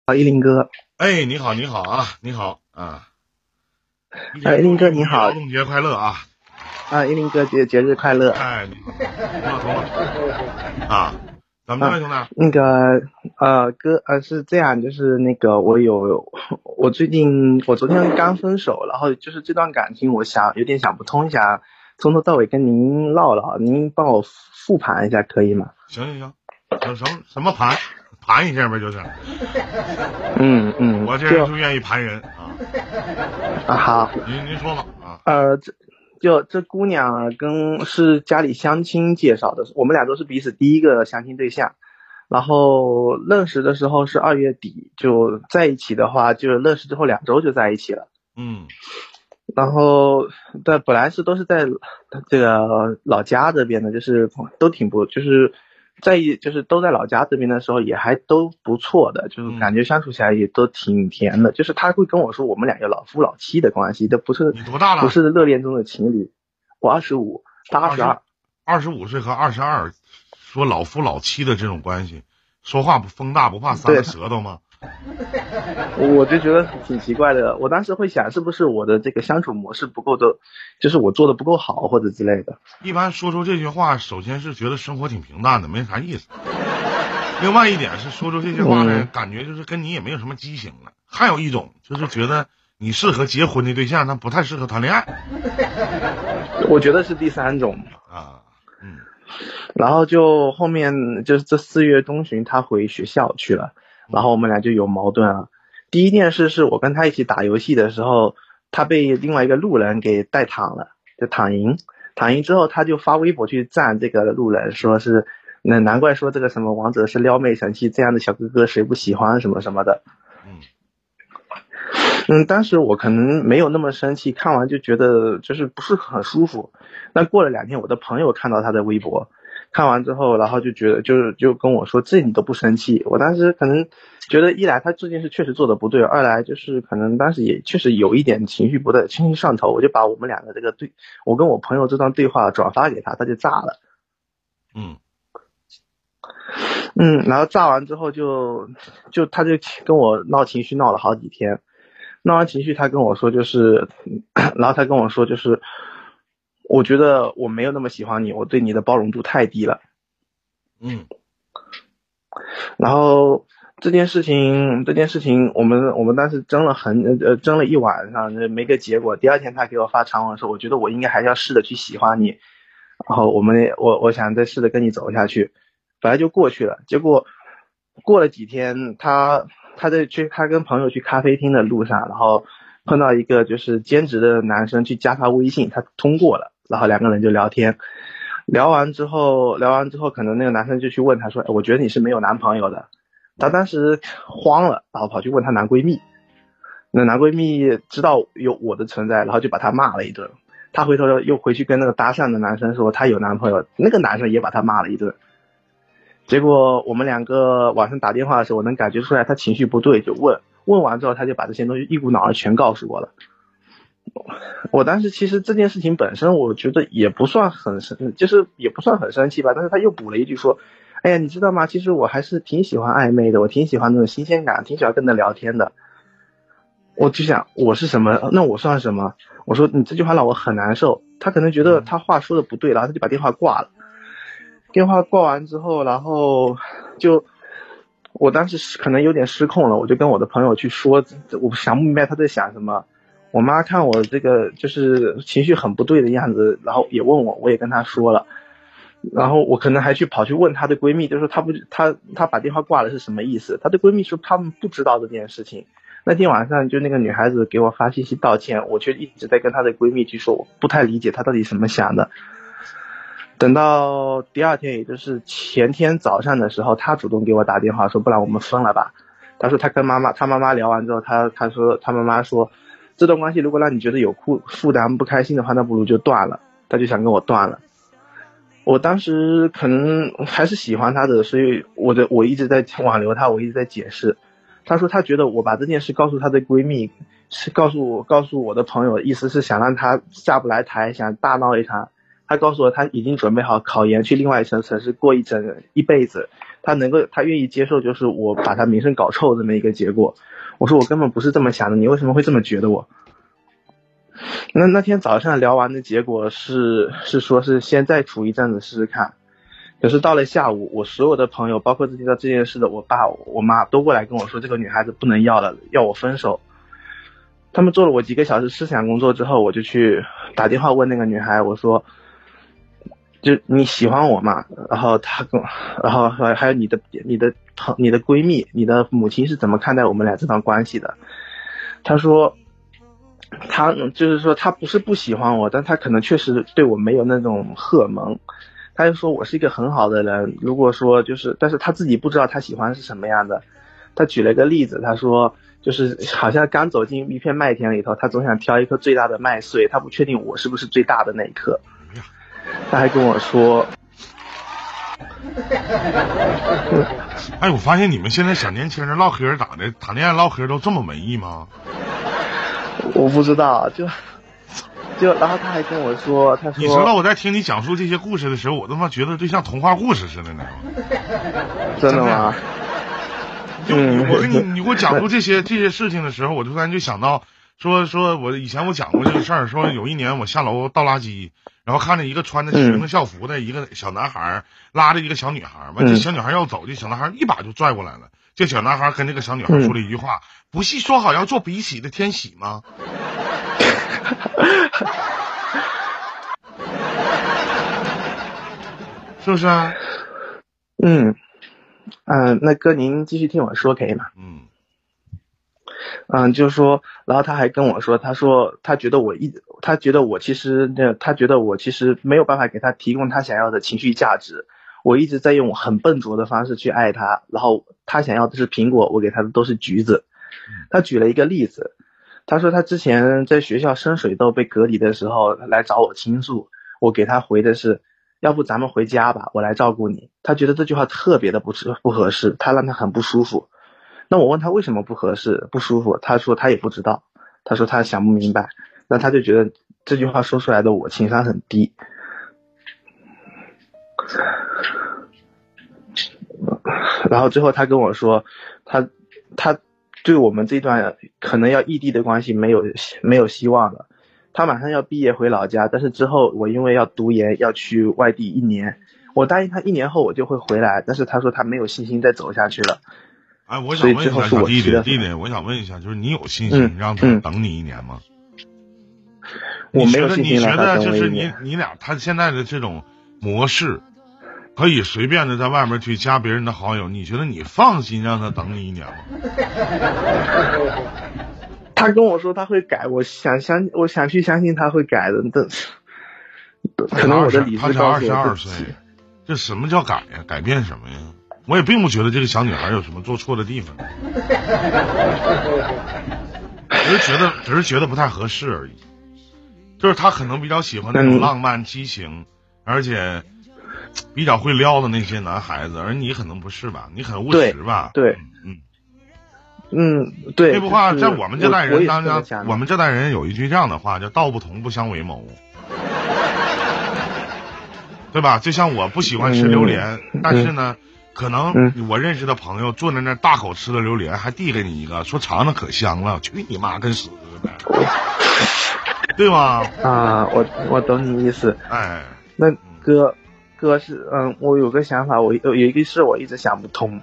依林哥。 哎，你好，你好啊，你好啊！一依林哥你好。 劳动节快乐啊！ 依林哥节日快乐。 哎，你好，同啊，怎么的了，兄弟？ 哥，是这样，就是我昨天刚分手，然后就是这段感情有点想不通，想从头到尾跟您唠唠，您帮我复盘一下可以吗？ 行，什么盘一下呗，就是。我这人就愿意盘人啊。 好。 您说吧啊。 这姑娘是家里相亲介绍的，我们俩都是彼此第一个相亲对象。然后认识的时候是2月底，就在一起的话，就认识之后2周就在一起了。然后本来都是在这个老家这边的，就是都挺不就是就是都在老家这边的时候也还都不错的，就是感觉相处起来也都挺甜的。就是他会跟我说我们俩有老夫老妻的关系，这不是你多大了？ 不是热恋中的情侣。我25，他22。 25岁和22，说老夫老妻的这种关系，说话不风大不怕三个舌头吗？ 我就觉得挺奇怪的。我当时会想，是不是我的这个相处模式不够的，就是我做的不够好或者之类的。 一般说出这句话，首先是觉得生活挺平淡的，没啥意思。另外一点是说出这些话呢，感觉就是跟你也没有什么激情了。还有一种就是觉得你适合结婚的对象，但不太适合谈恋爱。 我觉得是第三种啊。 然后就后面就是这4月中旬他回学校去了，然后我们俩就有矛盾了。第一件事是我跟他一起打游戏的时候，他被另外一个路人给带躺了，就躺赢之后，他就发微博去赞这个路人，说是难怪说这个什么王者是撩妹神器，这样的小哥哥谁不喜欢什么什么的。当时我可能没有那么生气，看完就觉得就是不是很舒服。但过了2天，我的朋友看到他的微博，看完之后，然后就觉得就跟我说，这你都不生气。我当时可能觉得，一来他这件事确实做的不对，二来就是可能当时也确实有一点情绪不对，情绪上头，我就把我们俩的我跟我朋友这段对话转发给他，他就炸了。然后炸完之后他就跟我闹情绪，闹了好几天。闹完情绪，他跟我说然后他跟我说我觉得我没有那么喜欢你，我对你的包容度太低了。然后这件事情我们当时争了一晚上，没个结果。第2天他给我发长文说，我觉得我应该还是要试着去喜欢你，然后我想再试着跟你走下去。本来就过去了，结果过了几天，他跟朋友去咖啡厅的路上，然后碰到一个就是兼职的男生去加他微信，他通过了，然后2个人就聊天。聊完之后可能那个男生就去问他说，我觉得你是没有男朋友的。他当时慌了，然后跑去问他男闺蜜。那男闺蜜知道有我的存在，然后就把他骂了一顿。他回头又回去跟那个搭讪的男生说他有男朋友，那个男生也把他骂了一顿。结果我们2个晚上打电话的时候，我能感觉出来他情绪不对，就问完之后，他就把这些东西一股脑儿全告诉我了。我当时其实这件事情本身我觉得也不算很生气吧，但是他又补了一句说，哎呀，你知道吗，其实我还是挺喜欢暧昧的，我挺喜欢那种新鲜感，挺喜欢跟他聊天的。我就想我是什么，那我算什么？我说你这句话让我很难受。他可能觉得他话说的不对，然后他就把电话挂了。电话挂完之后，然后我当时可能有点失控了，我就跟我的朋友去说，我想不明白他在想什么。我妈看我这个就是情绪很不对的样子，然后也问我也跟她说了，然后我可能还跑去问她的闺蜜，就说她把电话挂了是什么意思。她的闺蜜说他们不知道这件事情。那天晚上就那个女孩子给我发信息道歉，我却一直在跟她的闺蜜去说，我不太理解她到底什么想的。等到第2天，也就是前天早上的时候，她主动给我打电话说，不然我们分了吧。她说她跟妈妈聊完之后，她说她妈妈说，这段关系如果让你觉得有负担不开心的话，那不如就断了。她就想跟我断了。我当时可能还是喜欢她的，所以我一直在挽留她，我一直在解释。她说她觉得我把这件事告诉她的闺蜜，是告诉我的朋友，意思是想让她下不来台，想大闹一场。她告诉我她已经准备好考研，去另外一城市过一辈子， 他愿意接受就是我把他名声搞臭这么一个结果。我说我根本不是这么想的，你为什么会这么觉得我？那天早上聊完的结果是说是先再处一阵子试试看。可是到了下午，我所有的朋友，包括知道这件事的我爸我妈都过来跟我说这个女孩子不能要了，要我分手。他们做了我几个小时思想工作之后，我就去打电话问那个女孩，我说就你喜欢我吗？然后然后还有你的闺蜜，你的母亲是怎么看待我们俩这段关系的？她说她就是说她不是不喜欢我，但她可能确实对我没有那种荷尔蒙。他就说我是一个很好的人，如果说但是他自己不知道他喜欢是什么样的。他举了个例子，他说就是好像刚走进一片麦田里头，他总想挑一颗最大的麦穗，他不确定我是不是最大的那一颗。他还跟我说， 哎，我发现你们现在小年轻人唠嗑咋的？谈恋爱唠嗑都这么文艺吗？ 我不知道，然后他还跟我说，他说， 你知道我在听你讲述这些故事的时候，我他妈觉得就像童话故事似的呢。 真的吗？ 你给我讲述这些事情的时候，我突然就想到说我以前我讲过这个事儿，说有一年我下楼倒垃圾，然后看着一个穿着裙子校服的一个小男孩拉着一个小女孩，完这小女孩要走，这小男孩一把就拽过来了。这小男孩跟这个小女孩说了一句话：不是说好要做彼此的天使吗？是不是啊？ 那哥您继续听我说可以吗？就是说，然后他还跟我说，他说他觉得我其实没有办法给他提供他想要的情绪价值，我一直在用很笨拙的方式去爱他，然后他想要的是苹果，我给他的都是橘子。他举了一个例子，他说他之前在学校深水痘被隔离的时候来找我倾诉，我给他回的是要不咱们回家吧，我来照顾你。他觉得这句话特别的不合适，他让他很不舒服。那我问他为什么不合适不舒服，他说他也不知道，他说他想不明白。那他就觉得这句话说出来的我情商很低。然后最后他跟我说他对我们这段可能要异地的关系没有希望了。他马上要毕业回老家，但是之后我因为要读研要去外地1年，我答应他1年后我就会回来，但是他说他没有信心再走下去了。 哎，我想问一下小弟弟，我想问一下，就是你有信心让他等你1年吗？ 我没有信心你觉得就是你俩他现在的这种模式可以随便的在外面去加别人的好友，你觉得你放心让他等你1年吗？ 他跟我说他会改，我想去相信他会改的，可能我的理智告诉我 22岁，这什么叫改呀？改变什么呀？我也并不觉得这个小女孩有什么做错的地方，只是觉得不太合适而已。就是他可能比较喜欢那种浪漫激情，而且比较会撩的那些男孩子，而你可能不是吧？你很务实吧？ 对， 对。这句话在我们这代人当中，我们这代人有一句这样的话，叫道不同不相为谋，对吧？就像我不喜欢吃榴莲，但是呢，可能我认识的朋友坐在那大口吃了榴莲，还递给你一个，说尝尝可香了，去你妈跟屎似的，对吗？ 我懂你意思。 哎， 那哥是我有个想法，我有一个事我一直想不通。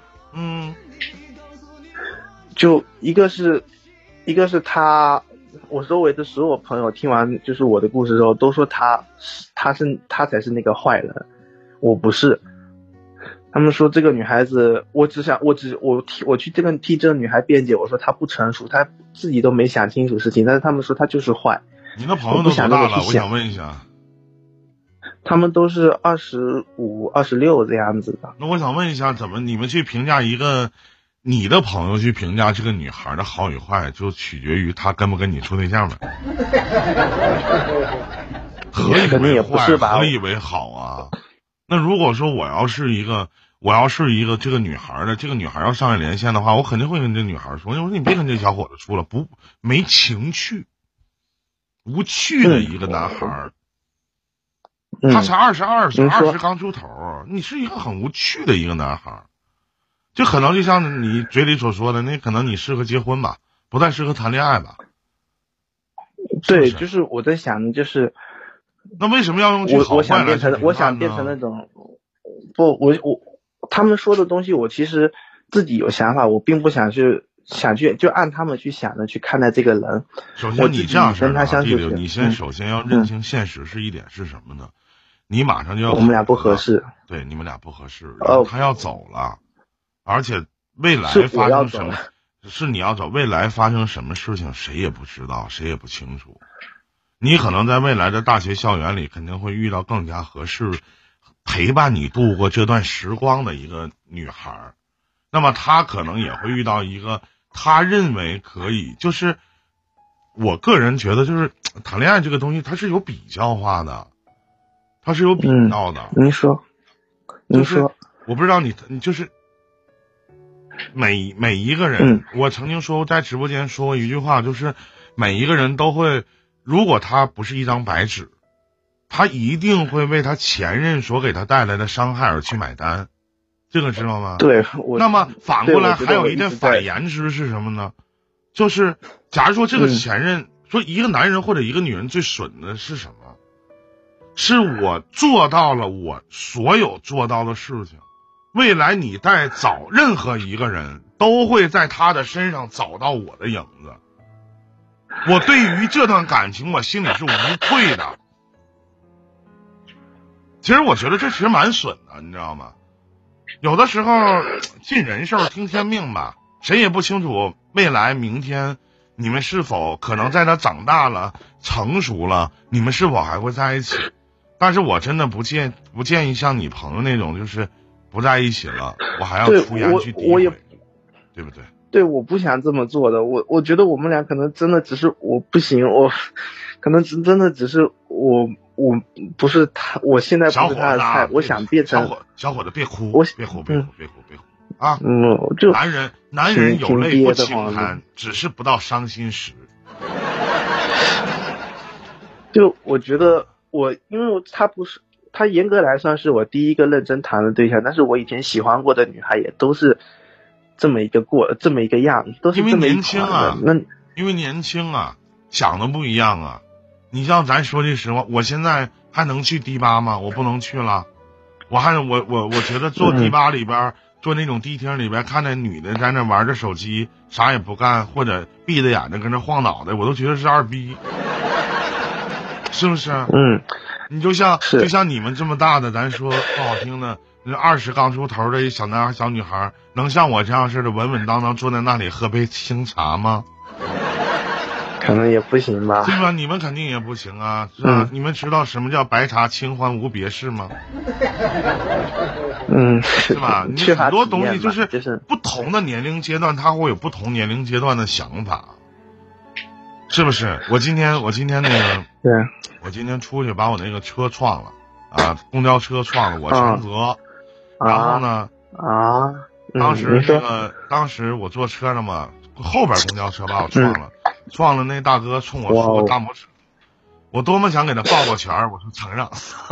就一个是他，我周围的所有朋友听完就是我的故事之后都说他才是那个坏人，我不是。他们说这个女孩子，我去替这个女孩辩解，我说她不成熟，她自己都没想清楚事情，但是他们说她就是坏。 你的朋友都多大了？我想问一下。 他们都是25、26这样子的。 那我想问一下，怎么你们去评价一个你的朋友去评价这个女孩的好与坏，就取决于她跟不跟你处对象了？何以为坏？何以为好啊？那如果说我要是一个这个女孩的，这个女孩要上来连线的话，我肯定会跟这女孩说，我说你别跟这小伙子处了，没情趣，无趣的一个男孩。他才22岁，20刚出头，你是一个很无趣的一个男孩。 就可能就像你嘴里所说的，那可能你适合结婚吧，不太适合谈恋爱吧。 对， 是不是就是我在想，就是那为什么要用句好我坏来去评判呢？ 我想变成那种，不，他们说的东西，我其实自己有想法，我并不想去就按他们去想的去看待这个人。 首先你这样式的啊，弟弟，你先首先要认清现实是一点是什么呢？你马上就要我们俩不合适， 对，你们俩不合适，然后他要走了，而且未来发生什么，是你要走，未来发生什么事情谁也不知道，谁也不清楚。你可能在未来的大学校园里肯定会遇到更加合适陪伴你度过这段时光的一个女孩，那么她可能也会遇到一个她认为可以，就是我个人觉得就是谈恋爱这个东西它是有比较化的，它是有比较的。 您说， 我不知道你就是每一个人，我曾经说在直播间说过一句话，就是每一个人都会，如果他不是一张白纸，他一定会为他前任所给他带来的伤害而去买单，这个知道吗？ 对。 那么反过来还有一件反言之是什么呢？就是假如说这个前任，说一个男人或者一个女人最损的是什么？是我做到了我所有做到的事情，未来你再找任何一个人都会在他的身上找到我的影子。我对于这段感情我心里是无愧的。其实我觉得这其实蛮损的，你知道吗？有的时候尽人事听天命吧，谁也不清楚未来明天你们是否可能在他长大了成熟了，你们是否还会在一起。但是我真的不建议像你朋友那种，就是不在一起了我还要出言去诋毁，对不对？ 对，我不想这么做的。我觉得我们俩可能真的只是我不行，我可能真的只是我不是他，我现在不是他的菜，我想变成小伙子别哭，别哭啊！ 就男人有泪不轻弹，只是不到伤心时。 就我觉得因为他严格来算是我第一个认真谈的对象，但是我以前喜欢过的女孩也都是这么一个样，都是这么因为年轻啊，因为年轻啊，想的不一样啊。你像咱说句实话，我现在还能去迪吧吗？我不能去了。我觉得坐迪吧里边，坐那种迪厅里边，看那女的在那玩着手机，啥也不干，或者闭着眼睛跟那晃脑袋，我都觉得是二逼，是不是？你就像你们这么大的，咱说不好听的，那20刚出头的小男孩小女孩，能像我这样似的稳稳当当坐在那里喝杯清茶吗？ 可能也不行吧， 对吧？你们肯定也不行啊，是吧？你们知道什么叫白茶清欢无别事吗？是吧？你很多东西就是不同的年龄阶段，他会有不同年龄阶段的想法，是不是？我今天那个， 对， 我今天出去把我那个车撞了啊，公交车撞了，我全责。然后呢，当时我坐车了嘛，后边公交车把我撞了，那大哥冲我竖个大拇指，我多么想给他抱抱拳，我说承让。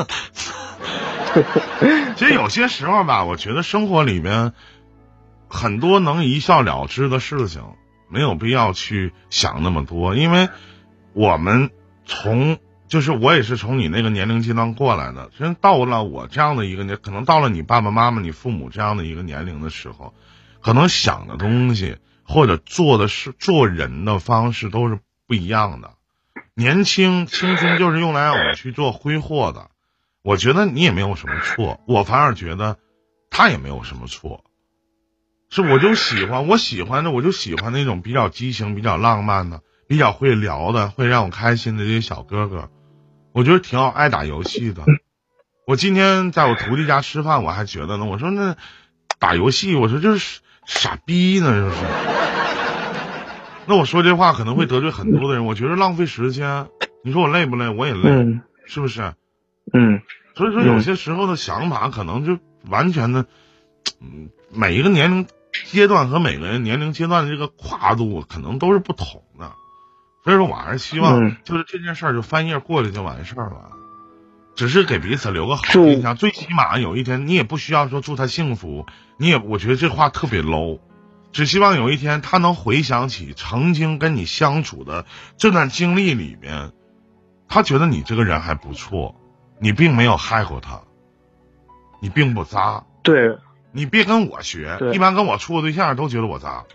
其实有些时候吧，我觉得生活里边很多能一笑了之的事情，没有必要去想那么多，因为我们就是我也是从你那个年龄阶段过来的，其实到了我这样的一个年，可能到了你爸爸妈妈、你父母这样的一个年龄的时候，可能想的东西或者做的事、做人的方式都是不一样的。青春就是用来让我们去做挥霍的，我觉得你也没有什么错，我反而觉得他也没有什么错。我喜欢那种比较激情、比较浪漫的、比较会聊的、会让我开心的这些小哥哥。我觉得挺爱打游戏的。我今天在我徒弟家吃饭，我还觉得呢，我说那打游戏，我说就是傻逼呢，就是。那我说这话可能会得罪很多的人，我觉得浪费时间。你说我累不累？我也累，是不是？所以说有些时候的想法可能就完全的，每一个年龄阶段和每个年龄阶段的这个跨度可能都是不同的。所以说我还是希望就是这件事儿就翻页过去就完事儿了。 只是给彼此留个好印象，最起码有一天你也不需要说祝他幸福，我觉得这话特别 low， 只希望有一天他能回想起曾经跟你相处的这段经历里面，他觉得你这个人还不错，你并没有害过他，你并不渣。 对， 你别跟我学，一般跟我处对象都觉得我渣。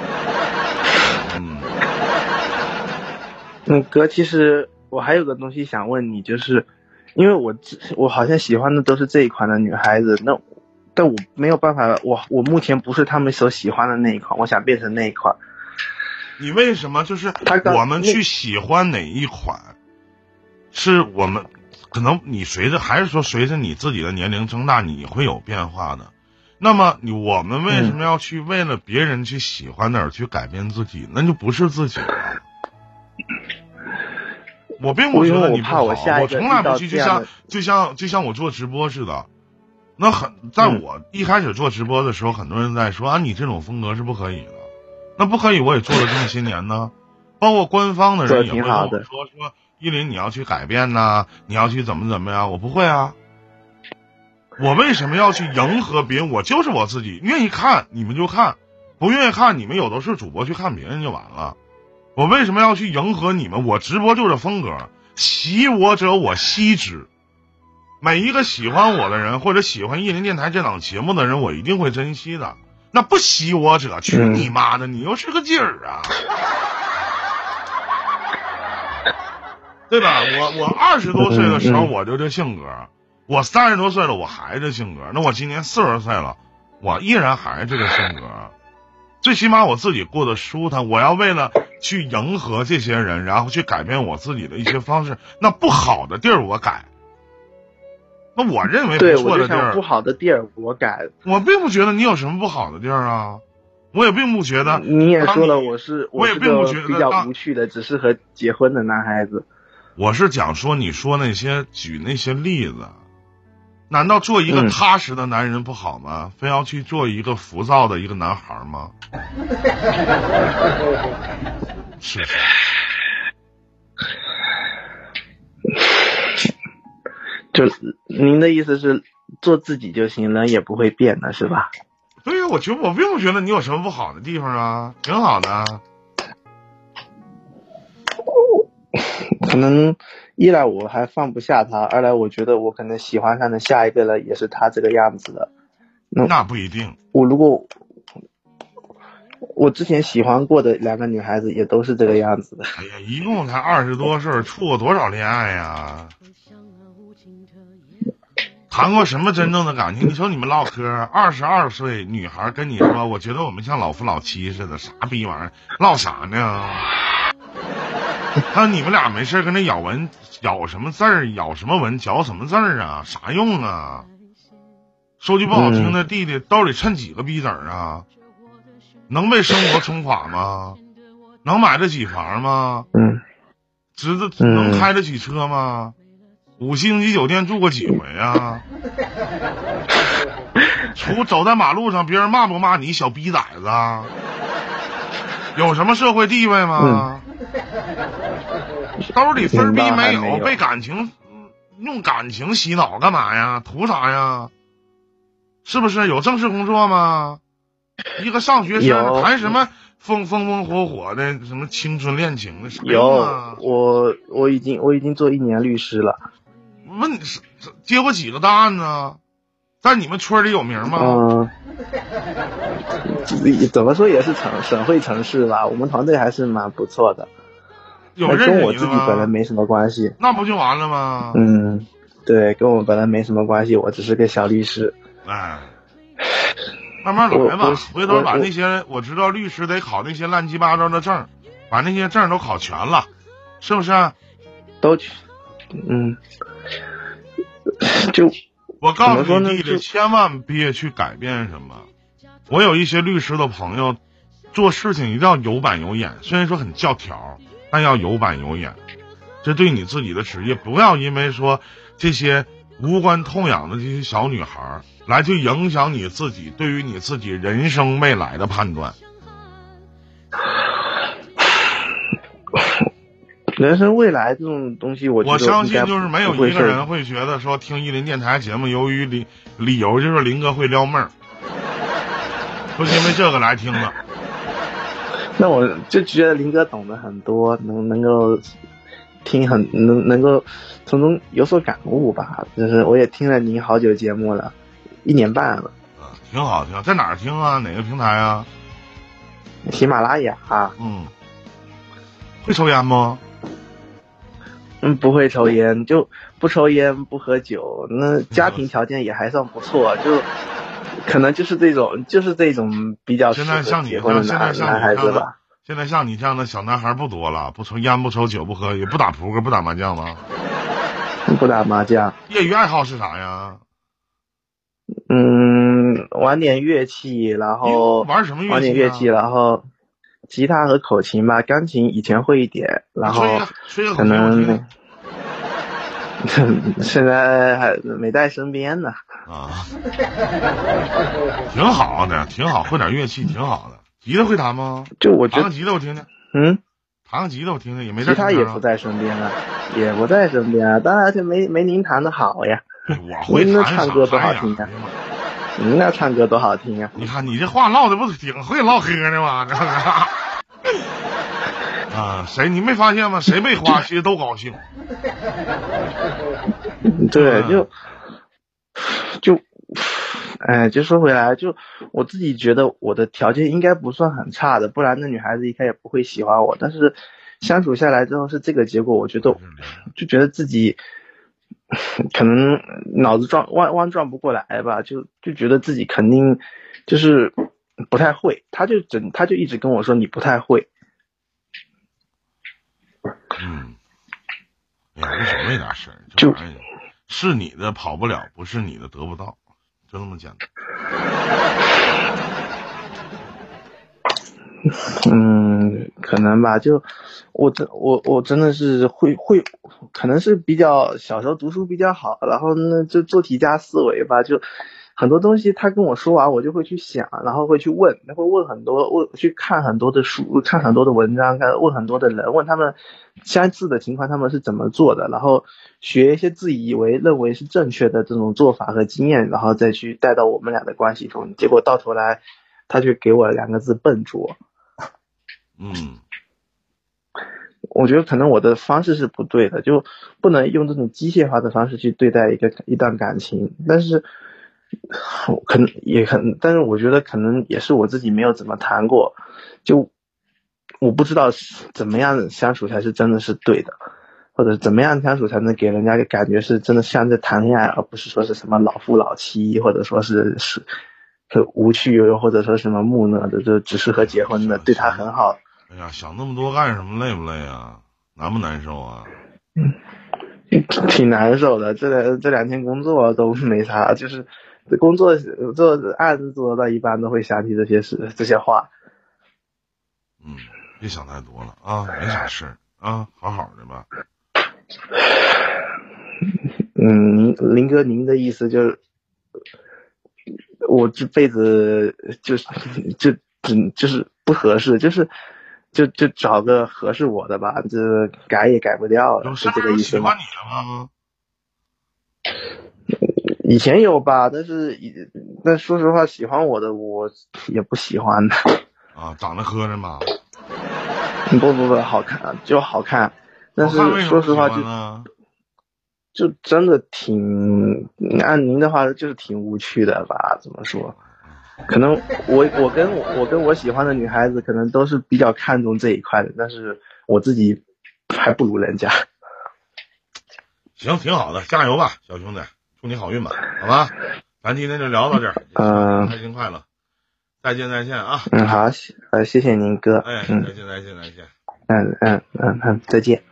哥，其实我还有个东西想问你，就是因为我好像喜欢的都是这一款的女孩子，但我没有办法，我目前不是他们所喜欢的那一款，我想变成那一款。 你为什么就是我们去喜欢哪一款，是我们可能你随着你自己的年龄增大，你会有变化的。那么我们为什么要去为了别人去喜欢的而去改变自己？那就不是自己了。我并不觉得你不好，我从来不去，就像我做直播似的。在我一开始做直播的时候，很多人在说你这种风格是不可以的。那不可以，我也做了这么些年呢。包括官方的人也会跟我说依林你要去改变呐，你要去怎么样，我不会啊。我为什么要去迎合别人？我就是我自己，愿意看你们就看，不愿意看你们有的是主播去看别人就完了。我为什么要去迎合你们？我直播就是风格，喜我者我惜之。每一个喜欢我的人或者喜欢意林电台这档节目的人，我一定会珍惜的。那不喜我者，去你妈的，你又是个劲儿啊！对吧？我20多岁的时候我就这性格，我30多岁了我还这性格，那我今年40岁了，我依然还是这个性格。最起码我自己过得舒坦，我要为了去迎合这些人，然后去改变我自己的一些方式。那不好的地儿我改，那我认为不错的地儿， 不好的地儿我改。 我并不觉得你有什么不好的地儿啊，我也并不觉得。 你也说了，我也并不觉得比较无趣的，只适合结婚的男孩子。 我是讲说，你说举那些例子，难道做一个踏实的男人不好吗？非要去做一个浮躁的一个男孩吗？是。 就您的意思是做自己就行，人也不会变的，是吧？ 对呀，我并不觉得你有什么不好的地方啊，挺好的。 可能一来我还放不下他，二来我觉得我可能喜欢上的下一个人也是他这个样子的。 那不一定。 我之前喜欢过的2个女孩子也都是这个样子的。 哎呀，一共才20多岁，处过多少恋爱呀？谈过什么真正的感情？你说你们唠嗑，22岁女孩跟你说，我觉得我们像老夫老妻似的，啥逼玩意儿，唠啥呢？还有你们俩没事跟那咬什么字儿，咬什么文，嚼什么字儿啊？啥用啊？说句不好听的，弟弟兜里趁几个逼子儿啊？能被生活冲垮吗？能买得起房吗？能开得起车吗？5星级酒店住过几回啊？走在马路上，别人骂不骂你小逼崽子啊？有什么社会地位吗？兜里分逼没有，被用感情洗脑干嘛呀？图啥呀？是不是有正式工作吗？一个上学生谈什么风火火的什么青春恋情的？ 有，我已经做1年律师了。 问你接过几个大案呢？在你们村里有名吗？ 怎么说也是省会城市吧，我们团队还是蛮不错的。 有认识你的吗？ 跟我自己本人没什么关系。 那不就完了吗？ 对，跟我本人没什么关系，我只是个小律师。 哎，慢慢来吧，回头把那些我知道律师得考那些乱七八糟的证，把那些证都考全了，是不是？ 都就我告诉你弟弟，千万别去改变什么。我有一些律师的朋友，做事情一定要有板有眼，虽然说很教条，但要有板有眼。这对你自己的职业，不要因为说这些无关痛痒的这些小女孩来去影响你自己对于你自己人生未来的判断。 人生未来这种东西，我觉得我相信就是没有一个人会会觉得说听依林电台节目，由于理由就是林哥会撩妹儿，都是因为这个来听的。 那我就觉得林哥懂得很多，能够听能够从中有所感悟吧。就是我也听了您好久节目了，1年半了。 挺好听，在哪儿听啊？哪个平台啊？ 喜马拉雅。 会抽烟吗？ 不会抽烟，就不抽烟不喝酒，那家庭条件也还算不错，就可能就是这种比较适合结婚的男孩子吧。 现在像你这样的小男孩不多了，不抽烟不抽酒不喝，也不打扑克不打麻将吗？ 不打麻将。 业余爱好是啥呀？ 玩点乐器，然后玩什么乐器？ 玩点乐器，然后吉他和口琴吧，钢琴以前会一点，然后可能现在还没带身边呢。 挺好的，挺好，会点乐器挺好的。吉他会弹吗？ 就我觉得弹个吉他我听听。弹个吉他我听听，也没带。 吉他也不在身边啊，也不在身边啊，当然就没您弹的好呀。 我会弹您那唱歌多好听啊！您那唱歌多好听啊！ 你看你这话唠的不挺会唠嗑的吗？你没发现吗？谁被花其实都高兴。 对，就说回来，就我自己觉得我的条件应该不算很差的，不然那女孩子一开始也不会喜欢我。但是相处下来之后是这个结果，我觉得就觉得自己可能脑子弯转不过来吧，就觉得自己肯定就是不太会。他就一直跟我说你不太会。 无所谓点事儿，就是你的跑不了，不是你的得不到，就那么简单。 可能吧，就我真的是会，可能是比较小时候读书比较好，然后呢就做题家思维吧，就很多东西他跟我说完，我就会去想，然后会去问很多，去看很多的书，看很多的文章，问很多的人，问他们相似的情况他们是怎么做的，然后学一些自以为认为是正确的这种做法和经验，然后再去带到我们俩的关系中，结果到头来他却给我2个字笨拙。我觉得可能我的方式是不对的，就不能用这种机械化的方式去对待一段感情，但是但是我觉得可能也是我自己没有怎么谈过，就我不知道怎么样相处才是真的是对的，或者怎么样相处才能给人家的感觉是真的像在谈恋爱，而不是说是什么老夫老妻，或者说是无趣，或者说什么木讷的，就只适合结婚的，对他很好。 哎呀，想那么多干什么？累不累啊？难不难受啊？ 挺难受的。这2天工作都没啥，就是工作做案子做到一半都会想起这些话。 别想太多了啊，没啥事儿啊，好好的吧。 林哥，您的意思就是我这辈子就是不合适，就找个合适我的吧，这改也改不掉了，是这个意思吗？ 喜欢你了吗？ 以前有吧，但说实话，喜欢我的我也不喜欢的。 长得磕碜吗？ 不，好看就好看，但是说实话就真的按您的话就是挺无趣的吧？怎么说？可能我跟我喜欢的女孩子可能都是比较看重这一块的，但是我自己还不如人家。 行，挺好的，加油吧，小兄弟，祝你好运吧，好吧？咱今天就聊到这儿，开心快乐，再见啊！ 好，谢谢您哥， 再见。 再见。